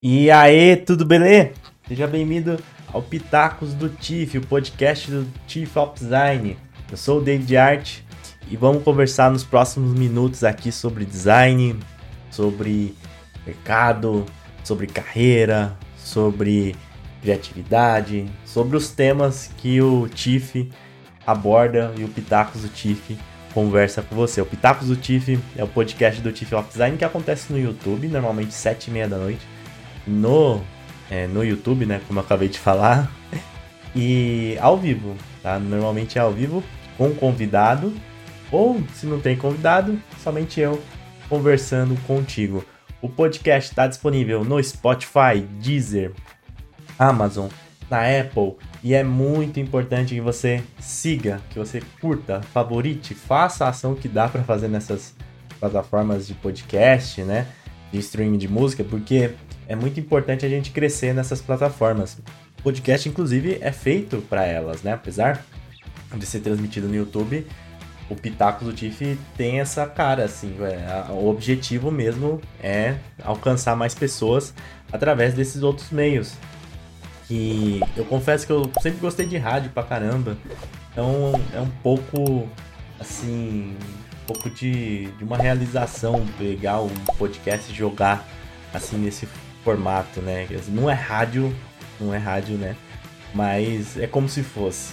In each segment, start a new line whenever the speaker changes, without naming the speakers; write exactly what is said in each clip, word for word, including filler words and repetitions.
E aí, tudo beleza? Seja bem-vindo ao Pitacos do Tiff, o podcast do Tiff Ops Design. Eu sou o David Art e vamos conversar nos próximos minutos aqui sobre design, sobre mercado, sobre carreira, sobre criatividade, sobre os temas que o Tiff aborda e o Pitacos do Tiff conversa com você. O Pitacos do Tiff é o podcast do Tiff Ops Design que acontece no YouTube, normalmente sete e meia da noite. No, é, no YouTube, né, como eu acabei de falar, e ao vivo, tá? Normalmente é ao vivo, com convidado, ou se não tem convidado, somente eu conversando contigo. O podcast está disponível no Spotify, Deezer, Amazon, na Apple, e é muito importante que você siga, que você curta, favorite, faça a ação que dá para fazer nessas plataformas de podcast, né, de streaming de música, porque é muito importante a gente crescer nessas plataformas. O podcast, inclusive, é feito para elas, né? Apesar de ser transmitido no YouTube, o Pitacos do Tiff tem essa cara, assim. É, o objetivo mesmo é alcançar mais pessoas através desses outros meios. Que eu confesso que eu sempre gostei de rádio pra caramba. Então é um pouco, assim, um pouco de, de uma realização pegar um podcast e jogar assim nesse formato, né? Não é rádio, não é rádio, né? Mas é como se fosse.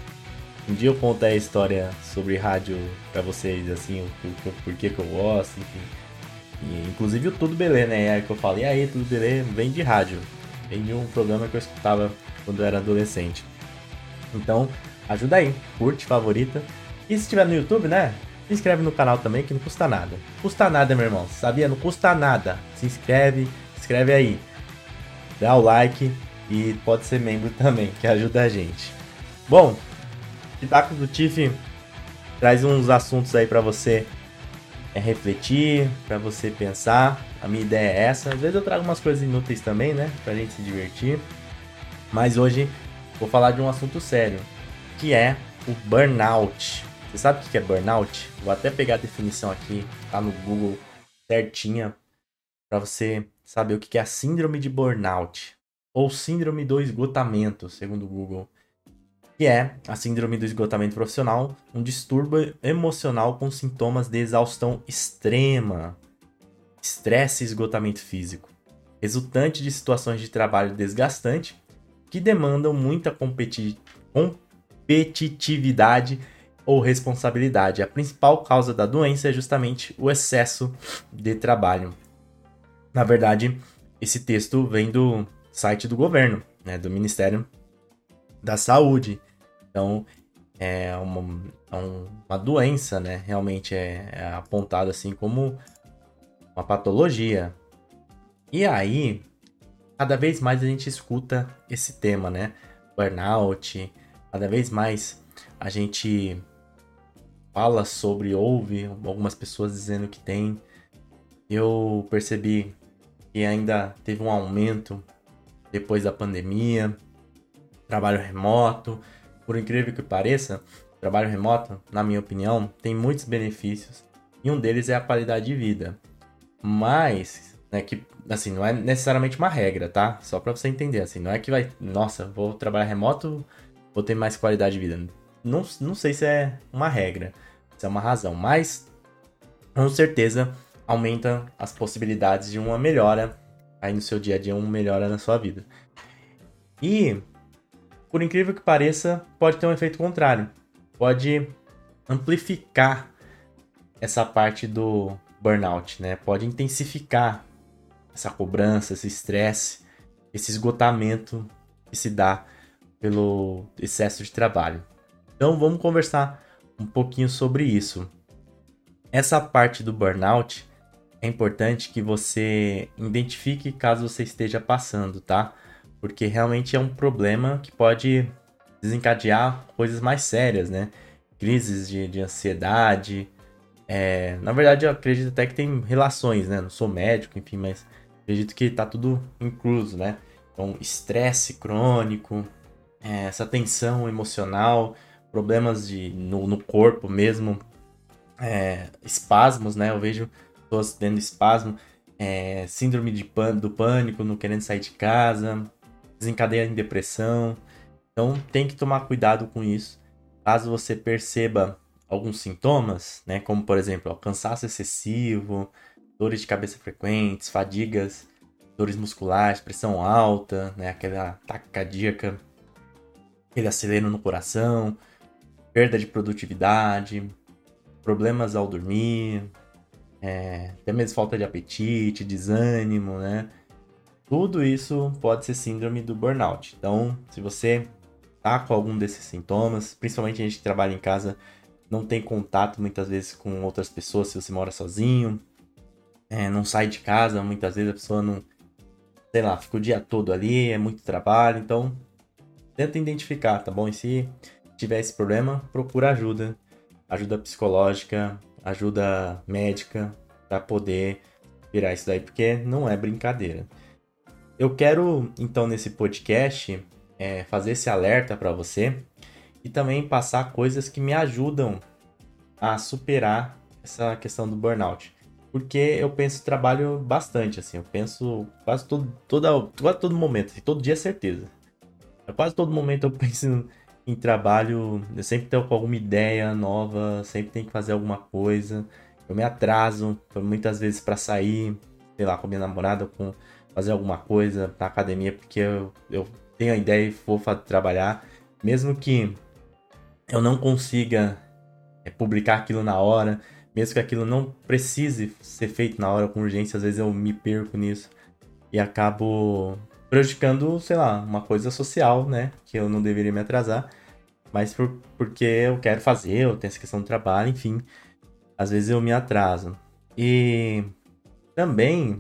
Um dia eu conto a história sobre rádio pra vocês, assim, o, o, o porquê que eu gosto, enfim. E, inclusive o Tudo Belê, né? É que eu falo, e aí, Tudo Belê vem de rádio. Vem de um programa que eu escutava quando eu era adolescente. Então, ajuda aí, curte, favorita. E se estiver no YouTube, né? Se inscreve no canal também, que não custa nada. Custa nada, meu irmão. Sabia? Não custa nada. Se inscreve, escreve aí, dá o like e pode ser membro também, que ajuda a gente. Bom, o Pitacos do Tiff traz uns assuntos aí pra você é, refletir, pra você pensar. A minha ideia é essa. Às vezes eu trago umas coisas inúteis também, né, pra gente se divertir. Mas hoje vou falar de um assunto sério, que é o burnout. Você sabe o que é burnout? Vou até pegar a definição aqui, tá no Google certinha, pra você saber o que é a síndrome de burnout, ou síndrome do esgotamento, segundo o Google, que é a síndrome do esgotamento profissional, um distúrbio emocional com sintomas de exaustão extrema, estresse e esgotamento físico, resultante de situações de trabalho desgastante que demandam muita competi- competitividade ou responsabilidade. A principal causa da doença é justamente o excesso de trabalho. Na verdade, esse texto vem do site do governo, né, do Ministério da Saúde. Então, é uma, uma doença, né, realmente é, é apontada assim como uma patologia. E aí, cada vez mais a gente escuta esse tema, né, burnout, cada vez mais a gente fala sobre, ouve algumas pessoas dizendo que tem. Eu percebi que ainda teve um aumento depois da pandemia, trabalho remoto. Por incrível que pareça, trabalho remoto, na minha opinião, tem muitos benefícios e um deles é a qualidade de vida. Mas, né, que assim, não é necessariamente uma regra, tá? Só para você entender, assim, não é que vai, nossa, vou trabalhar remoto, vou ter mais qualidade de vida. Não, não sei se é uma regra, se é uma razão, mas com certeza aumenta as possibilidades de uma melhora aí no seu dia a dia, uma melhora na sua vida. E, por incrível que pareça, pode ter um efeito contrário. Pode amplificar essa parte do burnout, né? Pode intensificar essa cobrança, esse estresse, esse esgotamento que se dá pelo excesso de trabalho. Então, vamos conversar um pouquinho sobre isso. Essa parte do burnout é importante que você identifique caso você esteja passando, tá? Porque realmente é um problema que pode desencadear coisas mais sérias, né? Crises de, de ansiedade. É... Na verdade, eu acredito até que tem relações, né? Não sou médico, enfim, mas acredito que tá tudo incluso, né? Então, estresse crônico, é... essa tensão emocional, problemas de, no, no corpo mesmo, é... espasmos, né? Eu vejo pessoas tendo espasmo. é, síndrome de pân- do pânico, não querendo sair de casa, desencadeia em depressão. Então tem que tomar cuidado com isso. Caso você perceba alguns sintomas, né, como por exemplo, ó, cansaço excessivo, dores de cabeça frequentes, fadigas, dores musculares, pressão alta, né, aquela ataque cardíaca, aquele acelero no coração, perda de produtividade, problemas ao dormir, é, até mesmo falta de apetite, desânimo, né? Tudo isso pode ser síndrome do burnout. Então, se você tá com algum desses sintomas, principalmente a gente que trabalha em casa, não tem contato muitas vezes com outras pessoas, se você mora sozinho, é, não sai de casa, muitas vezes a pessoa não, sei lá, fica o dia todo ali, é muito trabalho, então tenta identificar, tá bom? E se tiver esse problema, procura ajuda, ajuda psicológica, ajuda médica, para poder virar isso daí, porque não é brincadeira. Eu quero, então, nesse podcast, é, fazer esse alerta para você e também passar coisas que me ajudam a superar essa questão do burnout. Porque eu penso, trabalho bastante, assim, eu penso quase todo, toda, quase todo momento, assim, todo dia é certeza. Quase todo momento eu penso em trabalho, eu sempre tenho com alguma ideia nova, sempre tenho que fazer alguma coisa. Eu me atraso muitas vezes para sair, sei lá, com minha namorada, com fazer alguma coisa na academia, porque eu, eu tenho a ideia e vou fa- trabalhar. Mesmo que eu não consiga é, publicar aquilo na hora, mesmo que aquilo não precise ser feito na hora com urgência, às vezes eu me perco nisso e acabo prejudicando, sei lá, uma coisa social, né? Que eu não deveria me atrasar, mas por, porque eu quero fazer, eu tenho essa questão do trabalho, enfim, às vezes eu me atraso. E também,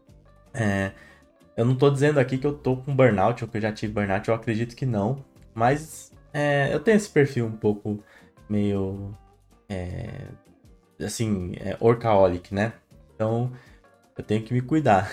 é, eu não tô dizendo aqui que eu tô com burnout ou que eu já tive burnout, eu acredito que não, mas é, eu tenho esse perfil um pouco meio, é, assim, é, workaholic, né? Então eu tenho que me cuidar.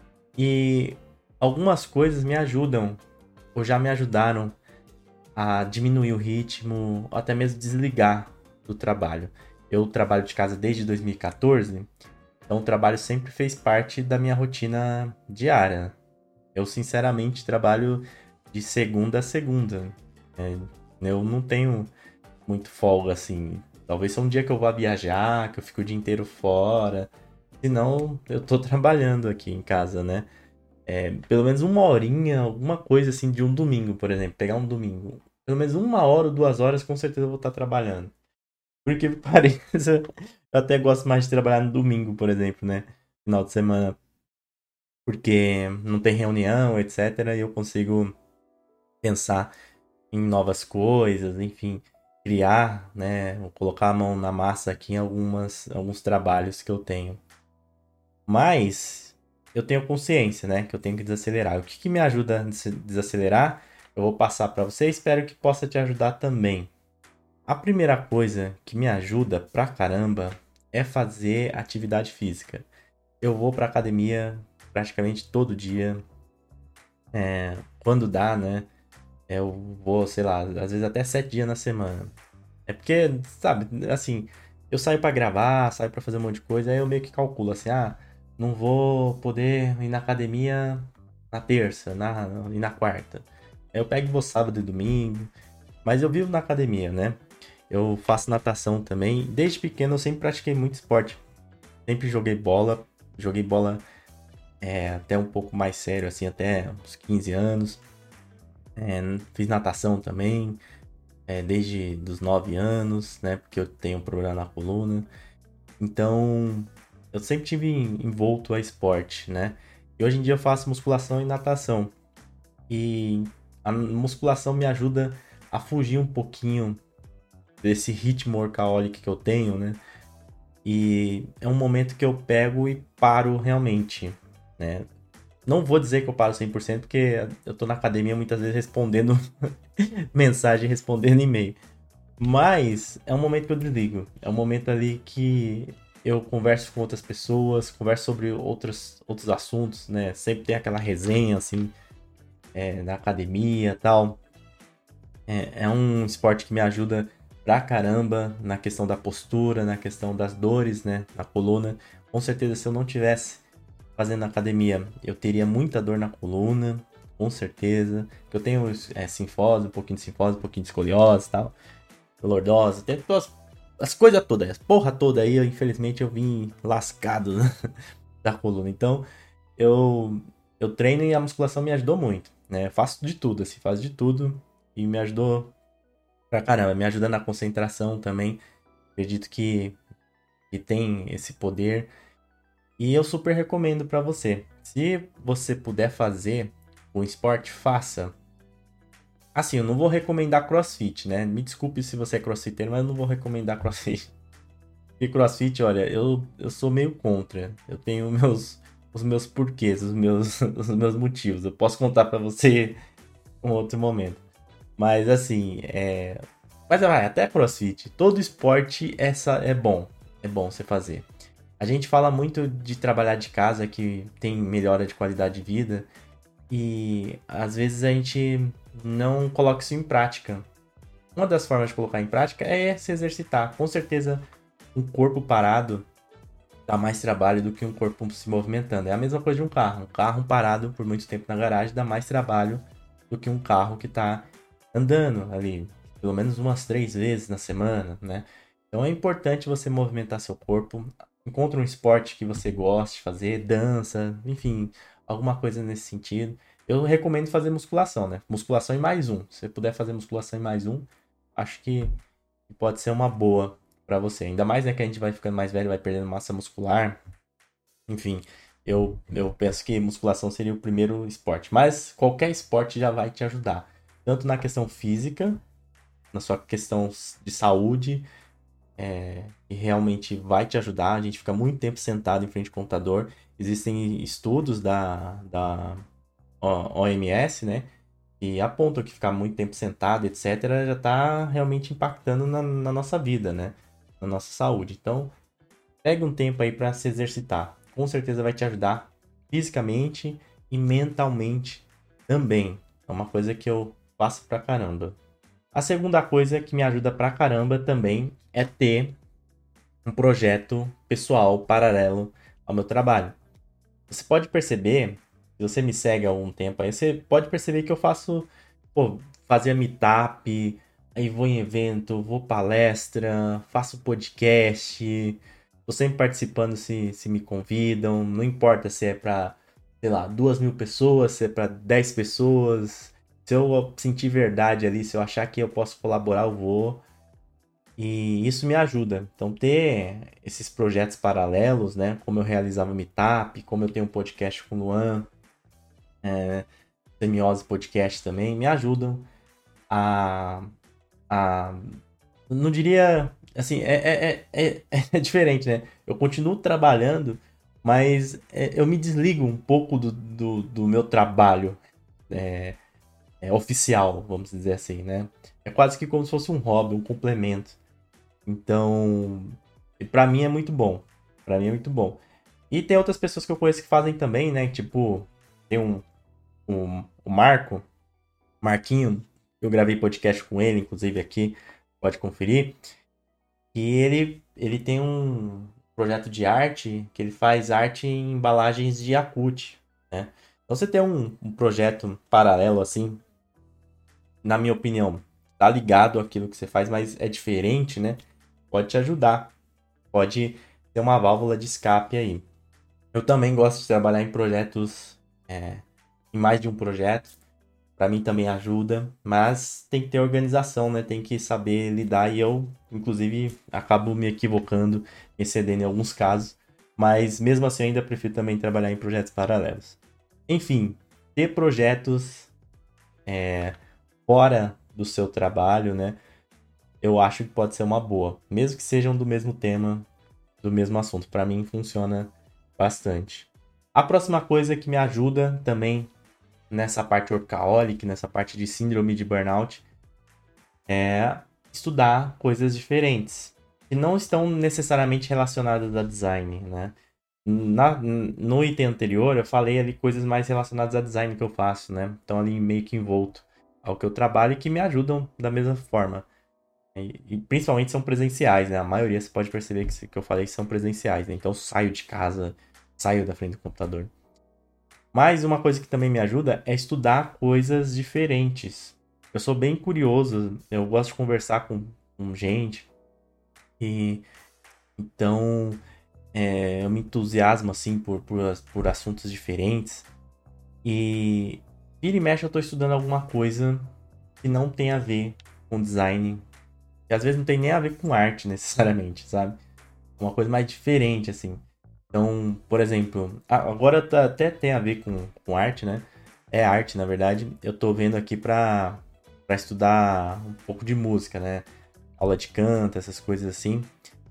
E algumas coisas me ajudam, ou já me ajudaram a diminuir o ritmo, ou até mesmo desligar do trabalho. Eu trabalho de casa desde dois mil e quatorze, então o trabalho sempre fez parte da minha rotina diária. Eu, sinceramente, trabalho de segunda a segunda. É, eu não tenho muito folga, assim. Talvez só um dia que eu vá viajar, que eu fico o dia inteiro fora. Senão, eu tô trabalhando aqui em casa, né? É, pelo menos uma horinha, alguma coisa assim de um domingo, por exemplo. Pegar um domingo. Pelo menos uma hora ou duas horas, com certeza eu vou estar trabalhando. Por que pareça, eu até gosto mais de trabalhar no domingo, por exemplo, né? Final de semana. Porque não tem reunião, etcétera. E eu consigo pensar em novas coisas, enfim, criar, né? Colocar a mão na massa aqui em algumas, alguns trabalhos que eu tenho. Mas eu tenho consciência, né, que eu tenho que desacelerar. O que, que me ajuda a des- desacelerar? Eu vou passar para você e espero que possa te ajudar também. A primeira coisa que me ajuda pra caramba é fazer atividade física. Eu vou pra academia praticamente todo dia, é, quando dá, né? Eu vou, sei lá, às vezes até sete dias na semana. É porque, sabe, assim, eu saio pra gravar, saio pra fazer um monte de coisa, aí eu meio que calculo assim, ah, não vou poder ir na academia na terça, na, e na quarta. Aí eu pego e vou sábado e domingo, mas eu vivo na academia, né? Eu faço natação também. Desde pequeno eu sempre pratiquei muito esporte. Sempre joguei bola, joguei bola é, até um pouco mais sério, assim, até uns quinze anos. É, fiz natação também, é, desde dos nove anos, né? Porque eu tenho um problema na coluna. Então, eu sempre tive envolto a esporte, né? E hoje em dia eu faço musculação e natação. E a musculação me ajuda a fugir um pouquinho desse ritmo workaholic que eu tenho, né? E é um momento que eu pego e paro realmente, né? Não vou dizer que eu paro cem por cento, porque eu tô na academia muitas vezes respondendo mensagem, respondendo e-mail. Mas é um momento que eu desligo. É um momento ali que eu converso com outras pessoas, converso sobre outros, outros assuntos, né? Sempre tem aquela resenha, assim, é, na academia e tal. É, é um esporte que me ajuda pra caramba na questão da postura, na questão das dores, né? Na coluna. Com certeza, se eu não tivesse fazendo academia, eu teria muita dor na coluna, com certeza. Que eu tenho é, sinfose, um pouquinho de sinfose, um pouquinho de escoliose e tal. Lordose, tem todas as coisas todas, as porra toda aí, eu, infelizmente eu vim lascado da coluna. Então, eu eu treino e a musculação me ajudou muito, né? Eu faço de tudo, assim, faço de tudo e me ajudou pra caramba, me ajuda na concentração também. Acredito que, que tem esse poder e eu super recomendo pra você. Se você puder fazer um esporte, faça. Assim, eu não vou recomendar CrossFit, né? Me desculpe se você é crossfiteiro, mas eu não vou recomendar CrossFit. E CrossFit, olha, eu, eu sou meio contra. Eu tenho meus, os meus porquês, os meus, os meus motivos. Eu posso contar pra você em um outro momento. Mas assim, é... Mas vai, até CrossFit. Todo esporte essa é bom. É bom você fazer. A gente fala muito de trabalhar de casa, que tem melhora de qualidade de vida. E às vezes a gente não coloca isso em prática. Uma das formas de colocar em prática é se exercitar. Com certeza, um corpo parado dá mais trabalho do que um corpo se movimentando. É a mesma coisa de um carro. Um carro parado por muito tempo na garagem dá mais trabalho do que um carro que está andando ali, pelo menos umas três vezes na semana, né? Então é importante você movimentar seu corpo. Encontre um esporte que você goste de fazer, dança, enfim, alguma coisa nesse sentido. Eu recomendo fazer musculação, né? Musculação e mais um. Se você puder fazer musculação e mais um, acho que pode ser uma boa pra você. Ainda mais, né, que a gente vai ficando mais velho, vai perdendo massa muscular. Enfim, eu, eu penso que musculação seria o primeiro esporte. Mas qualquer esporte já vai te ajudar. Tanto na questão física, na sua questão de saúde, é, e realmente vai te ajudar. A gente fica muito tempo sentado em frente ao computador. Existem estudos da, da O M S, né? E apontam que ficar muito tempo sentado, etcétera, já está realmente impactando na, na nossa vida, né? Na nossa saúde. Então, pegue um tempo aí para se exercitar. Com certeza vai te ajudar fisicamente e mentalmente também. É uma coisa que eu faço pra caramba. A segunda coisa que me ajuda pra caramba também é ter um projeto pessoal paralelo ao meu trabalho. Você pode perceber, se você me segue há algum tempo aí, você pode perceber que eu faço, pô, fazia meetup, aí vou em evento, vou palestra, faço podcast, tô sempre participando se, se me convidam, não importa se é pra, sei lá, duas mil pessoas, se é pra dez pessoas, se eu sentir verdade ali, se eu achar que eu posso colaborar, eu vou. E isso me ajuda. Então, ter esses projetos paralelos, né? Como eu realizava Meetup, como eu tenho um podcast com o Luan, é, Semiose Podcast também, me ajudam a, a... Não diria... Assim, é, é, é, é diferente, né? Eu continuo trabalhando, mas é, eu me desligo um pouco do, do, do meu trabalho é, é, oficial, vamos dizer assim, né? É quase que como se fosse um hobby, um complemento. Então, pra mim é muito bom. Pra mim é muito bom. E tem outras pessoas que eu conheço que fazem também, né? Tipo, tem um, um o Marco, Marquinho, eu gravei podcast com ele, inclusive aqui, pode conferir. E ele, ele tem um projeto de arte, que ele faz arte em embalagens de Yakult, né? Então você tem um, um projeto paralelo assim, na minha opinião, tá ligado àquilo que você faz, mas é diferente, né? Pode te ajudar. Pode ter uma válvula de escape aí. Eu também gosto de trabalhar em projetos, é, em mais de um projeto. Para mim também ajuda, mas tem que ter organização, né? Tem que saber lidar e eu, inclusive, acabo me equivocando, me excedendo em alguns casos. Mas mesmo assim, eu ainda prefiro também trabalhar em projetos paralelos. Enfim, ter projetos é, fora do seu trabalho, né? Eu acho que pode ser uma boa. Mesmo que sejam do mesmo tema, do mesmo assunto. Para mim funciona bastante. A próxima coisa que me ajuda também nessa parte workaholic, nessa parte de síndrome de burnout, é estudar coisas diferentes. Que não estão necessariamente relacionadas a design, né? Na, no item anterior eu falei ali coisas mais relacionadas a design que eu faço, né? Então ali meio que envolto ao que eu trabalho e que me ajudam da mesma forma. E, e principalmente são presenciais, né? A maioria você pode perceber que, que eu falei são presenciais, né? Então eu saio de casa, saio da frente do computador. Mas uma coisa que também me ajuda é estudar coisas diferentes. Eu sou bem curioso, eu gosto de conversar com, com gente. E então é, eu me entusiasmo assim por, por, por assuntos diferentes. E vira e mexe eu tô estudando alguma coisa que não tem a ver com design. Que às vezes não tem nem a ver com arte necessariamente, sabe? Uma coisa mais diferente, assim. Então, por exemplo, agora tá, até tem a ver com, com arte, né? É arte, na verdade. Eu tô vendo aqui pra, pra estudar um pouco de música, né? Aula de canto, essas coisas assim.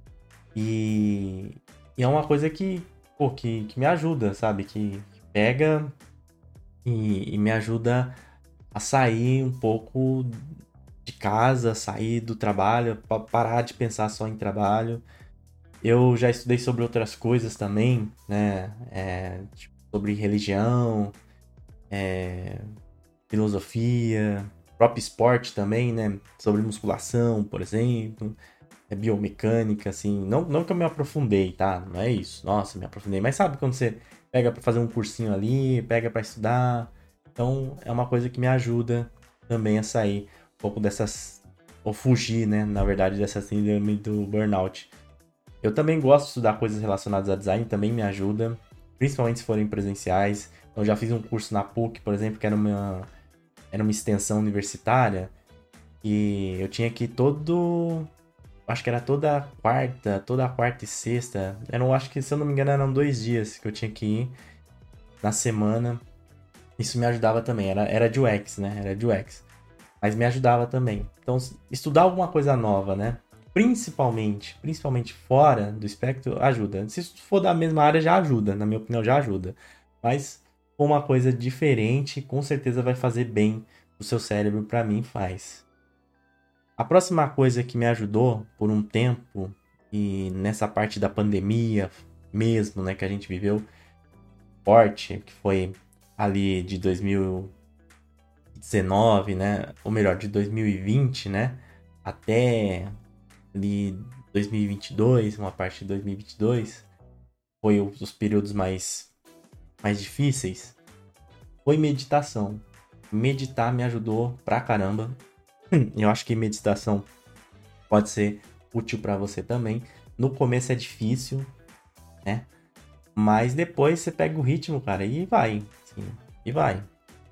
E, e é uma coisa que, pô, que, que me ajuda, sabe? Que, que pega e, e me ajuda a sair um pouco de casa, sair do trabalho, pa- parar de pensar só em trabalho. Eu já estudei sobre outras coisas também, né? É, tipo, sobre religião, é, filosofia, próprio esporte também, né? Sobre musculação, por exemplo, é biomecânica, assim. Não, não que eu me aprofundei, tá? Não é isso. Nossa, me aprofundei. Mas sabe quando você pega pra fazer um cursinho ali, pega pra estudar? Então, é uma coisa que me ajuda também a sair um pouco dessas... Ou fugir, né? Na verdade, dessa síndrome do burnout. Eu também gosto de estudar coisas relacionadas a design, também me ajuda, principalmente se forem presenciais. Eu já fiz um curso na P U C, por exemplo, que era uma, era uma extensão universitária, e eu tinha que ir todo... Acho que era toda quarta, toda quarta e sexta. Eu acho que, se eu não me engano, eram dois dias que eu tinha que ir na semana. Isso me ajudava também, era, era de U X, né? Era de U X. Mas me ajudava também. Então, estudar alguma coisa nova, né? Principalmente, principalmente fora do espectro, ajuda. Se isso for da mesma área, já ajuda. Na minha opinião, já ajuda. Mas, for uma coisa diferente, com certeza vai fazer bem o seu cérebro. Pra mim, faz. A próxima coisa que me ajudou por um tempo, e nessa parte da pandemia mesmo, né, que a gente viveu forte, que foi ali de dois mil e dezenove, né, ou melhor, de dois mil e vinte, né, até ali dois mil e vinte e dois, uma parte de dois mil e vinte e dois, foi os períodos mais, mais difíceis, foi meditação. Meditar me ajudou pra caramba. Eu acho que meditação pode ser útil pra você também. No começo é difícil, né? Mas depois você pega o ritmo, cara, e vai. Assim, e vai.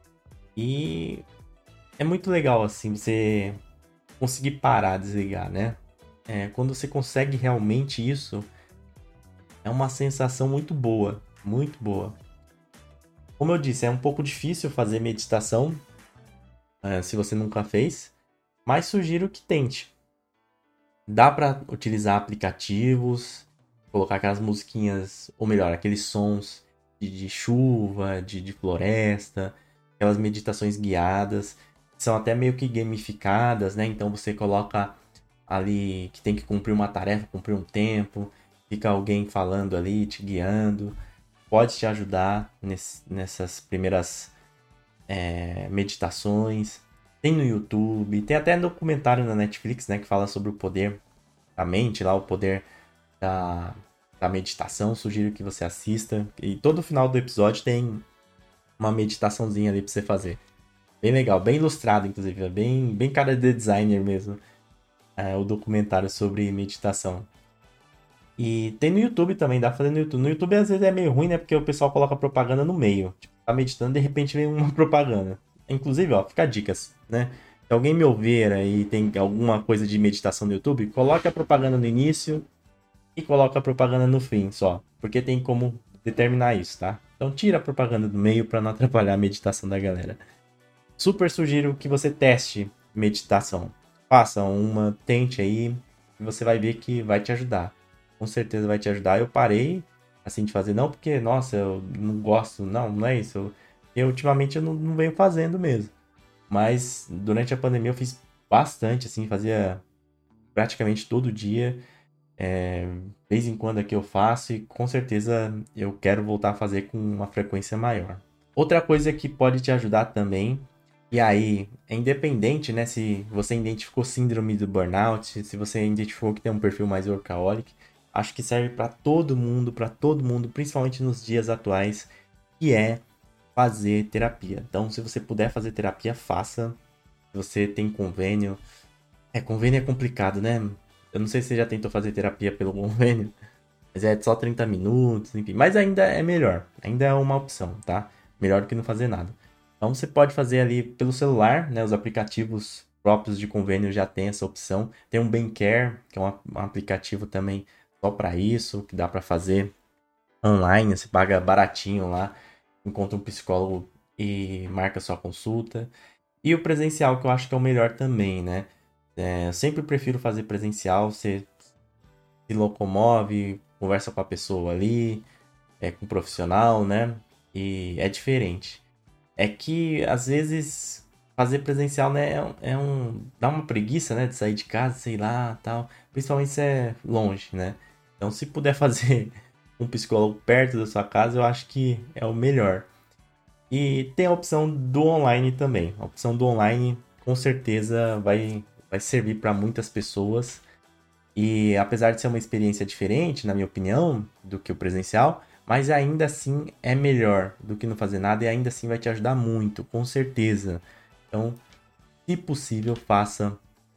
E é muito legal, assim, você conseguir parar, desligar, né? É, quando você consegue realmente isso, é uma sensação muito boa. Muito boa. Como eu disse, é um pouco difícil fazer meditação, é, se você nunca fez. Mas sugiro que tente. Dá pra utilizar aplicativos, colocar aquelas musiquinhas, ou melhor, aqueles sons de, de chuva, de, de floresta, aquelas meditações guiadas, que são até meio que gamificadas, né? Então você coloca ali que tem que cumprir uma tarefa, cumprir um tempo, fica alguém falando ali, te guiando, pode te ajudar nesse, nessas primeiras é, meditações. Tem no YouTube, tem até documentário na Netflix, né, que fala sobre o poder da mente, lá o poder da, da meditação. Sugiro que você assista. E todo final do episódio tem uma meditaçãozinha ali pra você fazer. Bem legal, bem ilustrado, inclusive. É bem, bem cara de designer mesmo. É, o documentário sobre meditação. E tem no YouTube também, dá pra fazer no YouTube. No YouTube às vezes é meio ruim, né? Porque o pessoal coloca propaganda no meio. Tipo, tá meditando, de repente vem uma propaganda. Inclusive, ó, fica dicas, né? Se alguém me ouvir aí e tem alguma coisa de meditação no YouTube, coloque a propaganda no início e coloca a propaganda no fim só. Porque tem como determinar isso, tá? Então tira a propaganda do meio pra não atrapalhar a meditação da galera. Super sugiro que você teste meditação. Faça uma, tente aí, e você vai ver que vai te ajudar. Com certeza vai te ajudar. Eu parei assim de fazer, não porque, nossa, eu não gosto, não, não é isso. Eu, eu ultimamente eu não, não venho fazendo mesmo. Mas durante a pandemia eu fiz bastante, assim, fazia praticamente todo dia. É, de vez em quando aqui eu faço e com certeza eu quero voltar a fazer com uma frequência maior. Outra coisa que pode te ajudar também, e aí é independente, né, se você identificou síndrome do burnout, se você identificou que tem um perfil mais workaholic, acho que serve para todo mundo, para todo mundo, principalmente nos dias atuais, que é fazer terapia. Então, se você puder fazer terapia, faça. Se você tem convênio, é, convênio é complicado, né? Eu não sei se você já tentou fazer terapia pelo convênio, mas é só trinta minutos, enfim. Mas ainda é melhor, ainda é uma opção, tá? Melhor do que não fazer nada. Então você pode fazer ali pelo celular, né? Os aplicativos próprios de convênio já tem essa opção. Tem um Bencare, que é um, um aplicativo também só para isso, que dá para fazer online. Você paga baratinho lá, encontra um psicólogo e marca sua consulta. E o presencial, que eu acho que é o melhor também, né? É, eu sempre prefiro fazer presencial, você se locomove, conversa com a pessoa ali, é com o profissional, né? E é diferente. É que, às vezes, fazer presencial, né, é um, é um- dá uma preguiça, né, de sair de casa, sei lá, tal. Principalmente se é longe, né? Então, se puder fazer um psicólogo perto da sua casa, eu acho que é o melhor. E tem a opção do online também. A opção do online, com certeza, vai, vai servir para muitas pessoas. E apesar de ser uma experiência diferente, na minha opinião, do que o presencial, mas ainda assim é melhor do que não fazer nada e ainda assim vai te ajudar muito, com certeza. Então, se possível, faça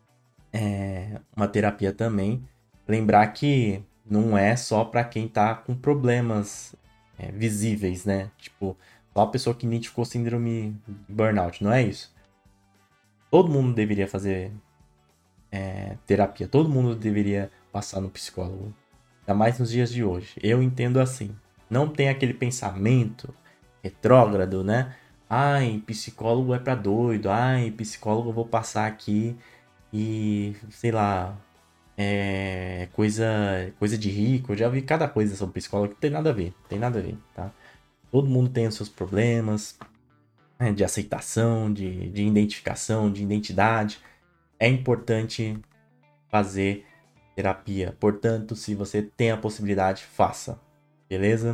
é, uma terapia também. Lembrar que não é só para quem tá com problemas é, visíveis, né? Tipo, só a pessoa que identificou síndrome de burnout, não é isso? Todo mundo deveria fazer é, terapia, todo mundo deveria passar no psicólogo. Ainda mais nos dias de hoje. Eu entendo assim. Não tem aquele pensamento retrógrado, né? Ai, psicólogo é pra doido. Ai, psicólogo eu vou passar aqui e, sei lá, é coisa, coisa de rico. Eu já vi cada coisa sobre psicólogo que não tem nada a ver. Tem nada a ver, tá? Todo mundo tem os seus problemas, né, de aceitação, de, de identificação, de identidade. É importante fazer terapia. Portanto, se você tem a possibilidade, faça. Beleza?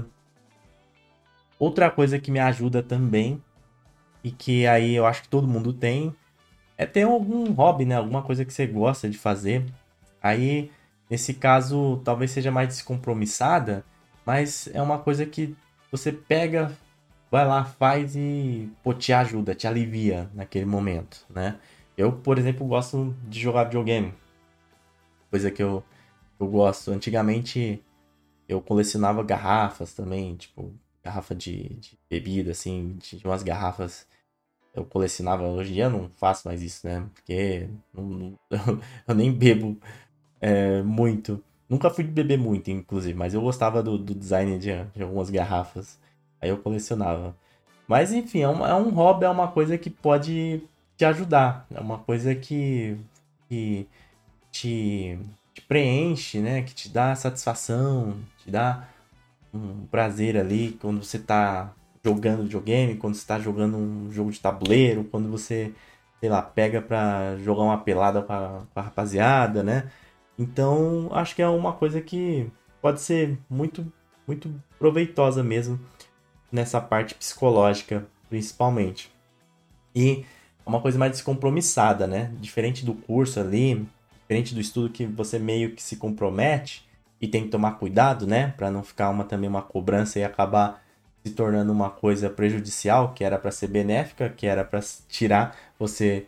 Outra coisa que me ajuda também, e que aí eu acho que todo mundo tem, é ter algum hobby, né? Alguma coisa que você gosta de fazer. Aí, nesse caso, talvez seja mais descompromissada, mas é uma coisa que você pega, vai lá, faz e pô, te ajuda, te alivia naquele momento, né? Eu, por exemplo, gosto de jogar videogame, coisa que eu, eu gosto. Antigamente eu colecionava garrafas também, tipo, garrafa de, de bebida, assim, de umas garrafas eu colecionava. Hoje em dia eu não faço mais isso, né? Porque não- não- eu nem bebo é, muito. Nunca fui de beber muito, inclusive, mas eu gostava do, do design de, de algumas garrafas. Aí eu colecionava. Mas enfim, é um, é um hobby, é uma coisa que pode te ajudar. É uma coisa que, que te, te preenche, né? Que te dá satisfação, te dá um prazer ali quando você tá jogando videogame, quando você tá jogando um jogo de tabuleiro, quando você, sei lá, pega pra jogar uma pelada com a, com a rapaziada, né? Então, acho que é uma coisa que pode ser muito, muito proveitosa mesmo nessa parte psicológica, principalmente. E é uma coisa mais descompromissada, né? Diferente do curso ali, diferente do estudo que você meio que se compromete e tem que tomar cuidado, né? Para não ficar uma também uma cobrança e acabar se tornando uma coisa prejudicial, que era para ser benéfica, que era para tirar você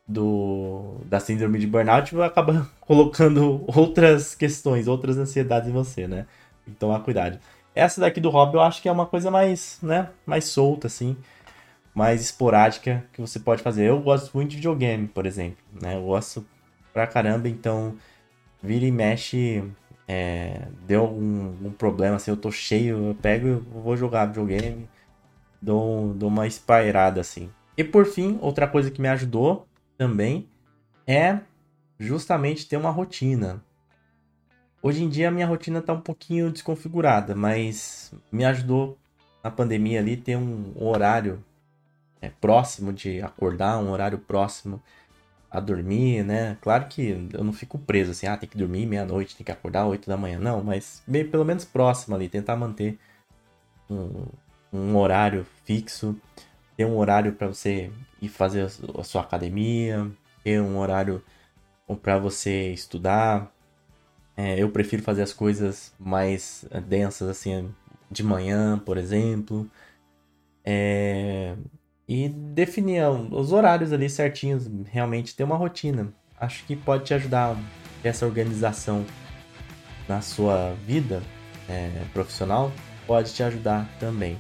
do da síndrome de burnout, vai acabar colocando outras questões, outras ansiedades em você, né? Tem que tomar cuidado. Essa daqui do hobby eu acho que é uma coisa mais, né, mais solta assim, mais esporádica que você pode fazer. Eu gosto muito de videogame, por exemplo, né? Eu gosto pra caramba, então vira e mexe, é, deu algum, um problema, assim, eu tô cheio, eu pego e vou jogar videogame, dou, dou uma espairada, assim. E por fim, outra coisa que me ajudou também é justamente ter uma rotina. Hoje em dia a minha rotina tá um pouquinho desconfigurada, mas me ajudou na pandemia ali ter um horário é, próximo de acordar, um horário próximo a dormir, né? Claro que eu não fico preso assim, ah, tem que dormir meia-noite, tem que acordar oito da manhã, não, mas meio pelo menos próximo ali, tentar manter um, um horário fixo, ter um horário para você ir fazer a sua academia, ter um horário para você estudar, É, eu prefiro fazer as coisas mais é, densas, assim, de manhã, por exemplo. É, e definir os horários ali certinhos, realmente ter uma rotina. Acho que pode te ajudar essa organização na sua vida é, profissional, pode te ajudar também.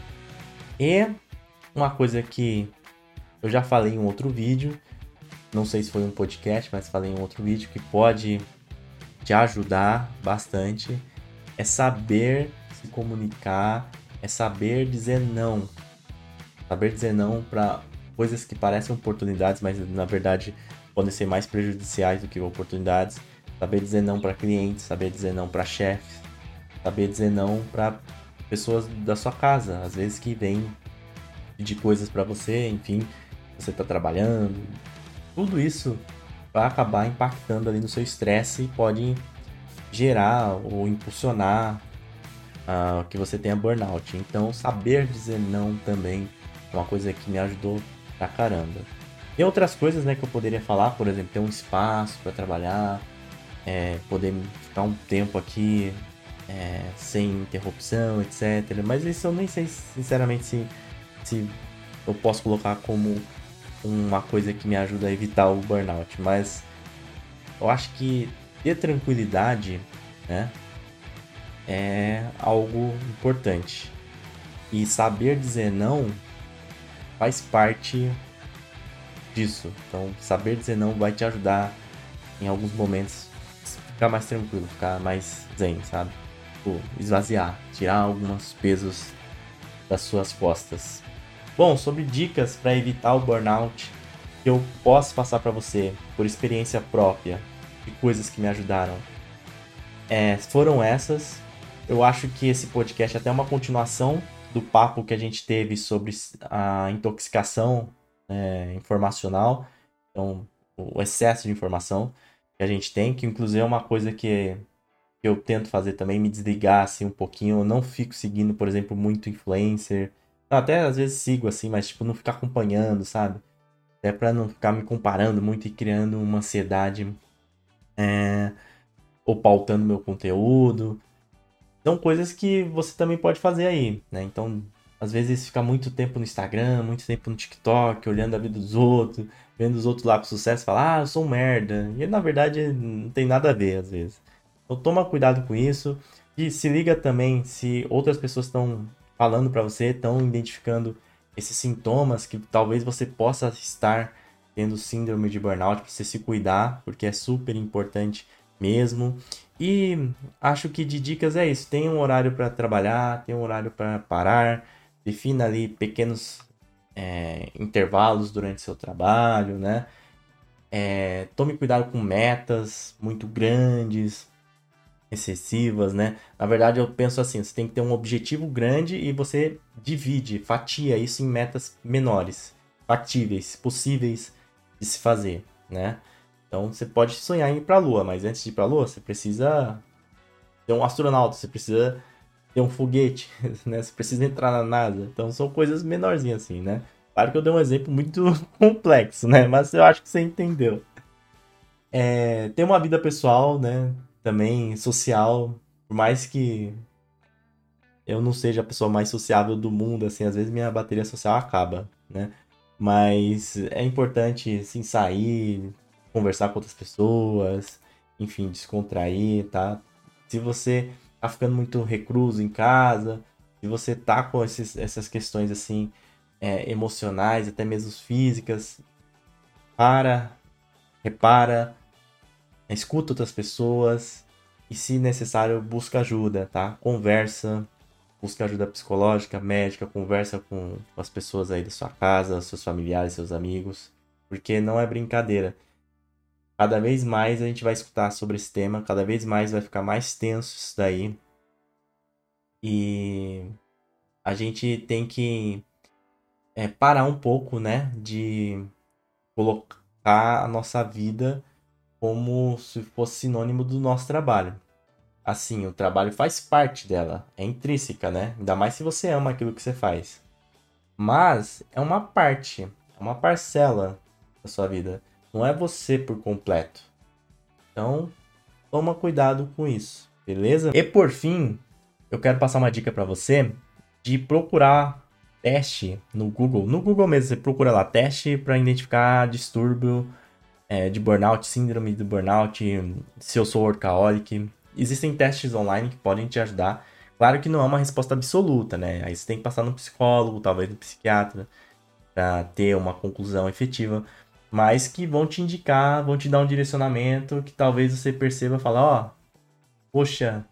E uma coisa que eu já falei em um outro vídeo, não sei se foi um podcast, mas falei em um outro vídeo, que pode te ajudar bastante, é saber se comunicar, é saber dizer não. Saber dizer não para coisas que parecem oportunidades, mas na verdade podem ser mais prejudiciais do que oportunidades. Saber dizer não para clientes, saber dizer não para chefes, saber dizer não para pessoas da sua casa, às vezes que vêm pedir coisas para você, enfim, você está trabalhando. Tudo isso vai acabar impactando ali no seu estresse e pode gerar ou impulsionar uh, que você tenha burnout. Então, saber dizer não também é uma coisa que me ajudou pra caramba. E outras coisas, né, que eu poderia falar, por exemplo, ter um espaço para trabalhar, é, poder ficar um tempo aqui é, sem interrupção, etcétera. Mas isso eu nem sei, sinceramente, se, se eu posso colocar como uma coisa que me ajuda a evitar o burnout. Mas eu acho que ter tranquilidade, né, é algo importante. E saber dizer não faz parte disso. Então, saber dizer não vai te ajudar em alguns momentos a ficar mais tranquilo, ficar mais zen, sabe? Tipo, esvaziar, tirar alguns pesos das suas costas. Bom, sobre dicas para evitar o burnout que eu posso passar para você por experiência própria de coisas que me ajudaram, é, foram essas. Eu acho que esse podcast é até uma continuação do papo que a gente teve sobre a intoxicação é, informacional, então o excesso de informação que a gente tem, que inclusive é uma coisa que, que eu tento fazer também, me desligar assim um pouquinho. Eu não fico seguindo, por exemplo, muito influencer. Até às vezes sigo assim, mas tipo, não ficar acompanhando, sabe? Até pra não ficar me comparando muito e criando uma ansiedade é, ou pautando meu conteúdo. São coisas que você também pode fazer aí, né? Então, às vezes fica muito tempo no Instagram, muito tempo no TikTok, olhando a vida dos outros, vendo os outros lá com sucesso e falar, ah, eu sou um merda. E na verdade não tem nada a ver, às vezes. Então toma cuidado com isso. E se liga também se outras pessoas estão falando pra você, estão identificando esses sintomas que talvez você possa estar tendo síndrome de burnout, pra você se cuidar, porque é super importante mesmo. E acho que de dicas é isso. Tem um horário para trabalhar, tem um horário para parar, defina ali pequenos é, intervalos durante seu trabalho, né? É, tome cuidado com metas muito grandes, excessivas, né? Na verdade, eu penso assim: você tem que ter um objetivo grande e você divide, fatia isso em metas menores, factíveis, possíveis de se fazer, né? Então você pode sonhar em ir para a Lua, mas antes de ir para a Lua, você precisa ter um astronauta, você precisa ter um foguete, né? Você precisa entrar na NASA. Então são coisas menorzinhas assim, né? Claro que eu dei um exemplo muito complexo, né? Mas eu acho que você entendeu. É, ter uma vida pessoal, né? Também social, por mais que eu não seja a pessoa mais sociável do mundo, assim, às vezes minha bateria social acaba, né? Mas é importante, assim, sair, conversar com outras pessoas, enfim, descontrair, tá? Se você tá ficando muito recluso em casa, se você tá com esses, essas questões, assim, é, emocionais, até mesmo físicas, para, repara, escuta outras pessoas e, se necessário, busca ajuda, tá? Conversa, busca ajuda psicológica, médica, conversa com as pessoas aí da sua casa, seus familiares, seus amigos, porque não é brincadeira. Cada vez mais a gente vai escutar sobre esse tema, cada vez mais vai ficar mais tenso isso daí. E a gente tem que é, parar um pouco, né, de colocar a nossa vida como se fosse sinônimo do nosso trabalho. Assim, o trabalho faz parte dela, é intrínseca, né? Ainda mais se você ama aquilo que você faz. Mas é uma parte, é uma parcela da sua vida. Não é você por completo. Então, toma cuidado com isso, beleza? E por fim, eu quero passar uma dica para você de procurar teste no Google. No Google mesmo, você procura lá teste para identificar distúrbio é, de burnout, síndrome do burnout, se eu sou workaholic. Existem testes online que podem te ajudar. Claro que não é uma resposta absoluta, né? Aí você tem que passar no psicólogo, talvez no psiquiatra, para ter uma conclusão efetiva. Mas que vão te indicar, vão te dar um direcionamento que talvez você perceba e fale, ó, oh, poxa,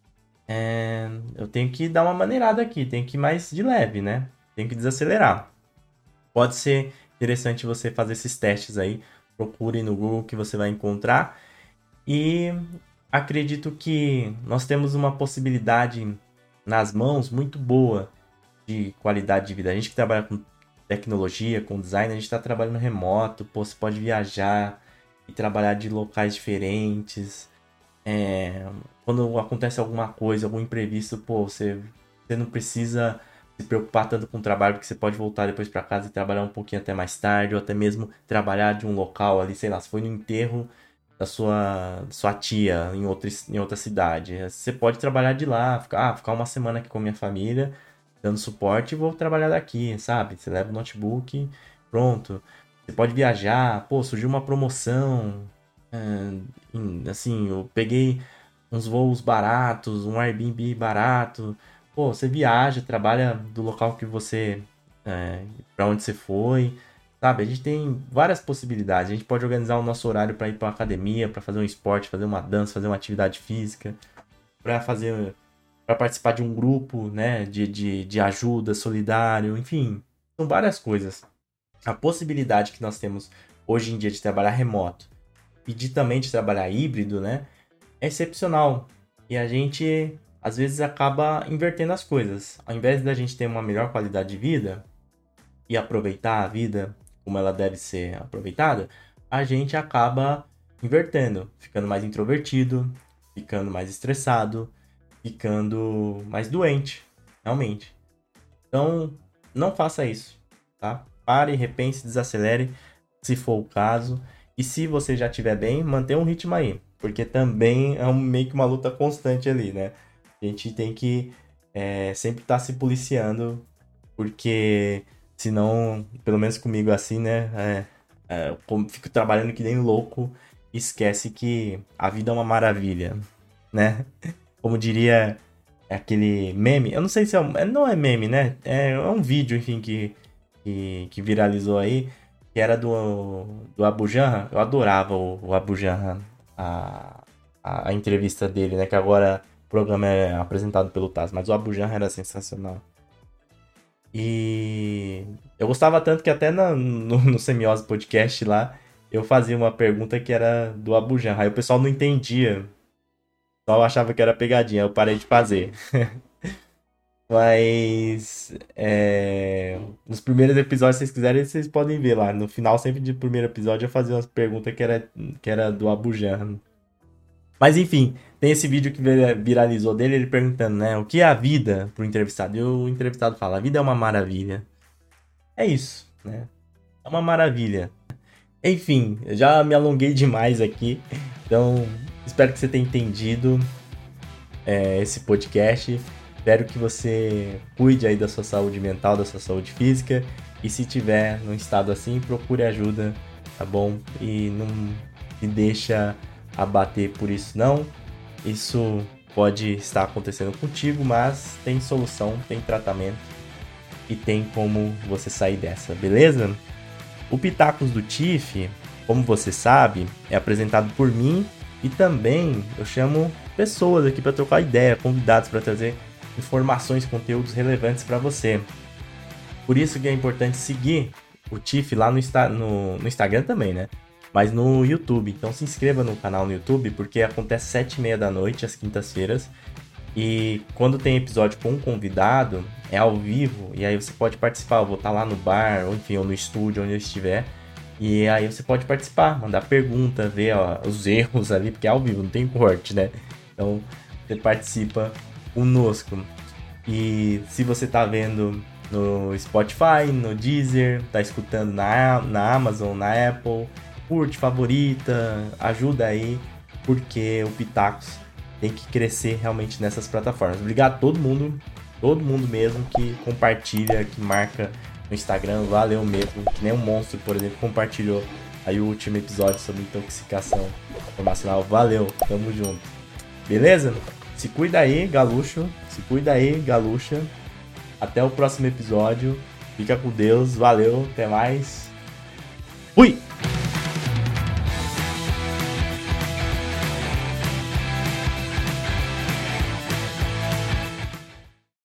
é, eu tenho que dar uma maneirada aqui, tenho que ir mais de leve, né? Tenho que desacelerar. Pode ser interessante você fazer esses testes aí, procure no Google que você vai encontrar. E acredito que nós temos uma possibilidade nas mãos muito boa de qualidade de vida. A gente que trabalha com tecnologia, com design, a gente está trabalhando remoto, pô, você pode viajar e trabalhar de locais diferentes. É, quando acontece alguma coisa, algum imprevisto, pô, você, você não precisa se preocupar tanto com o trabalho, porque você pode voltar depois para casa e trabalhar um pouquinho até mais tarde, ou até mesmo trabalhar de um local ali, sei lá, se foi no enterro da sua, sua tia em outra, em outra cidade. Você pode trabalhar de lá, ficar, ah, ficar uma semana aqui com a minha família, dando suporte, e vou trabalhar daqui, sabe? Você leva o notebook, pronto. Você pode viajar, pô, surgiu uma promoção, é, assim, eu peguei uns voos baratos, um Airbnb barato. Pô, você viaja, trabalha do local que você, é, para onde você foi, sabe? A gente tem várias possibilidades. A gente pode organizar o nosso horário para ir para academia, para fazer um esporte, fazer uma dança, fazer uma atividade física, para fazer para participar de um grupo, né, de, de, de ajuda, solidário, enfim, são várias coisas. A possibilidade que nós temos hoje em dia de trabalhar remoto e de também de trabalhar híbrido, né, é excepcional. E a gente, às vezes, acaba invertendo as coisas. Ao invés da gente ter uma melhor qualidade de vida e aproveitar a vida como ela deve ser aproveitada, a gente acaba invertendo, ficando mais introvertido, ficando mais estressado, ficando mais doente, realmente. Então, não faça isso, tá? Pare, repense, desacelere, se for o caso. E se você já estiver bem, mantenha um ritmo aí, porque também é um, meio que uma luta constante ali, né? A gente tem que é, sempre estar tá se policiando, porque senão, pelo menos comigo assim, né? É, é, eu fico trabalhando que nem louco e esquece que a vida é uma maravilha, né? Como diria aquele meme, eu não sei se é um, não é meme, né? É, é um vídeo, enfim, que, que, que viralizou aí, que era do, do Abu Janra. Eu adorava o, o Abu Janra, a, a, a entrevista dele, né? Que agora o programa é apresentado pelo Taz, mas o Abu Janra era sensacional. E eu gostava tanto que até na, no, no Semiose Podcast lá, eu fazia uma pergunta que era do Abu Janra, aí o pessoal não entendia. Só eu achava que era pegadinha, eu parei de fazer. Mas é, nos primeiros episódios, se vocês quiserem, vocês podem ver lá. No final, sempre de primeiro episódio, eu fazia umas perguntas que era, que era do Abu Janra. Mas enfim, tem esse vídeo que viralizou dele, ele perguntando, né? O que é a vida pro entrevistado? E o entrevistado fala, a vida é uma maravilha. É isso, né? É uma maravilha. Enfim, eu já me alonguei demais aqui. Então, espero que você tenha entendido é, esse podcast. Espero que você cuide aí da sua saúde mental, da sua saúde física. E se tiver num estado assim, procure ajuda, tá bom? E não se deixa abater por isso não. Isso pode estar acontecendo contigo, mas tem solução, tem tratamento e tem como você sair dessa, beleza? O Pitacos do Tiff, como você sabe, é apresentado por mim e também eu chamo pessoas aqui para trocar ideia, convidados para trazer informações, conteúdos relevantes para você. Por isso que é importante seguir o Tiff lá no, Insta- no, no Instagram também, né? Mas no YouTube. Então se inscreva no canal no YouTube, porque acontece sete e meia da noite, às quintas-feiras. E quando tem episódio com um convidado, é ao vivo, e aí você pode participar. Eu vou estar lá no bar, ou enfim, ou no estúdio, onde eu estiver. E aí você pode participar, mandar pergunta, ver ó, os erros ali, porque é ao vivo, não tem corte, né? Então você participa conosco. E se você tá vendo no Spotify, no Deezer, tá escutando na, na Amazon, na Apple, curte, favorita, ajuda aí, porque o Pitacos tem que crescer realmente nessas plataformas. Obrigado a todo mundo, todo mundo mesmo que compartilha, que marca no Instagram, valeu mesmo. Que nem um monstro, por exemplo, compartilhou aí o último episódio sobre intoxicação informacional. Valeu, tamo junto. Beleza? Se cuida aí, Galuxo. Se cuida aí, Galuxa. Até o próximo episódio. Fica com Deus. Valeu, até mais. Fui!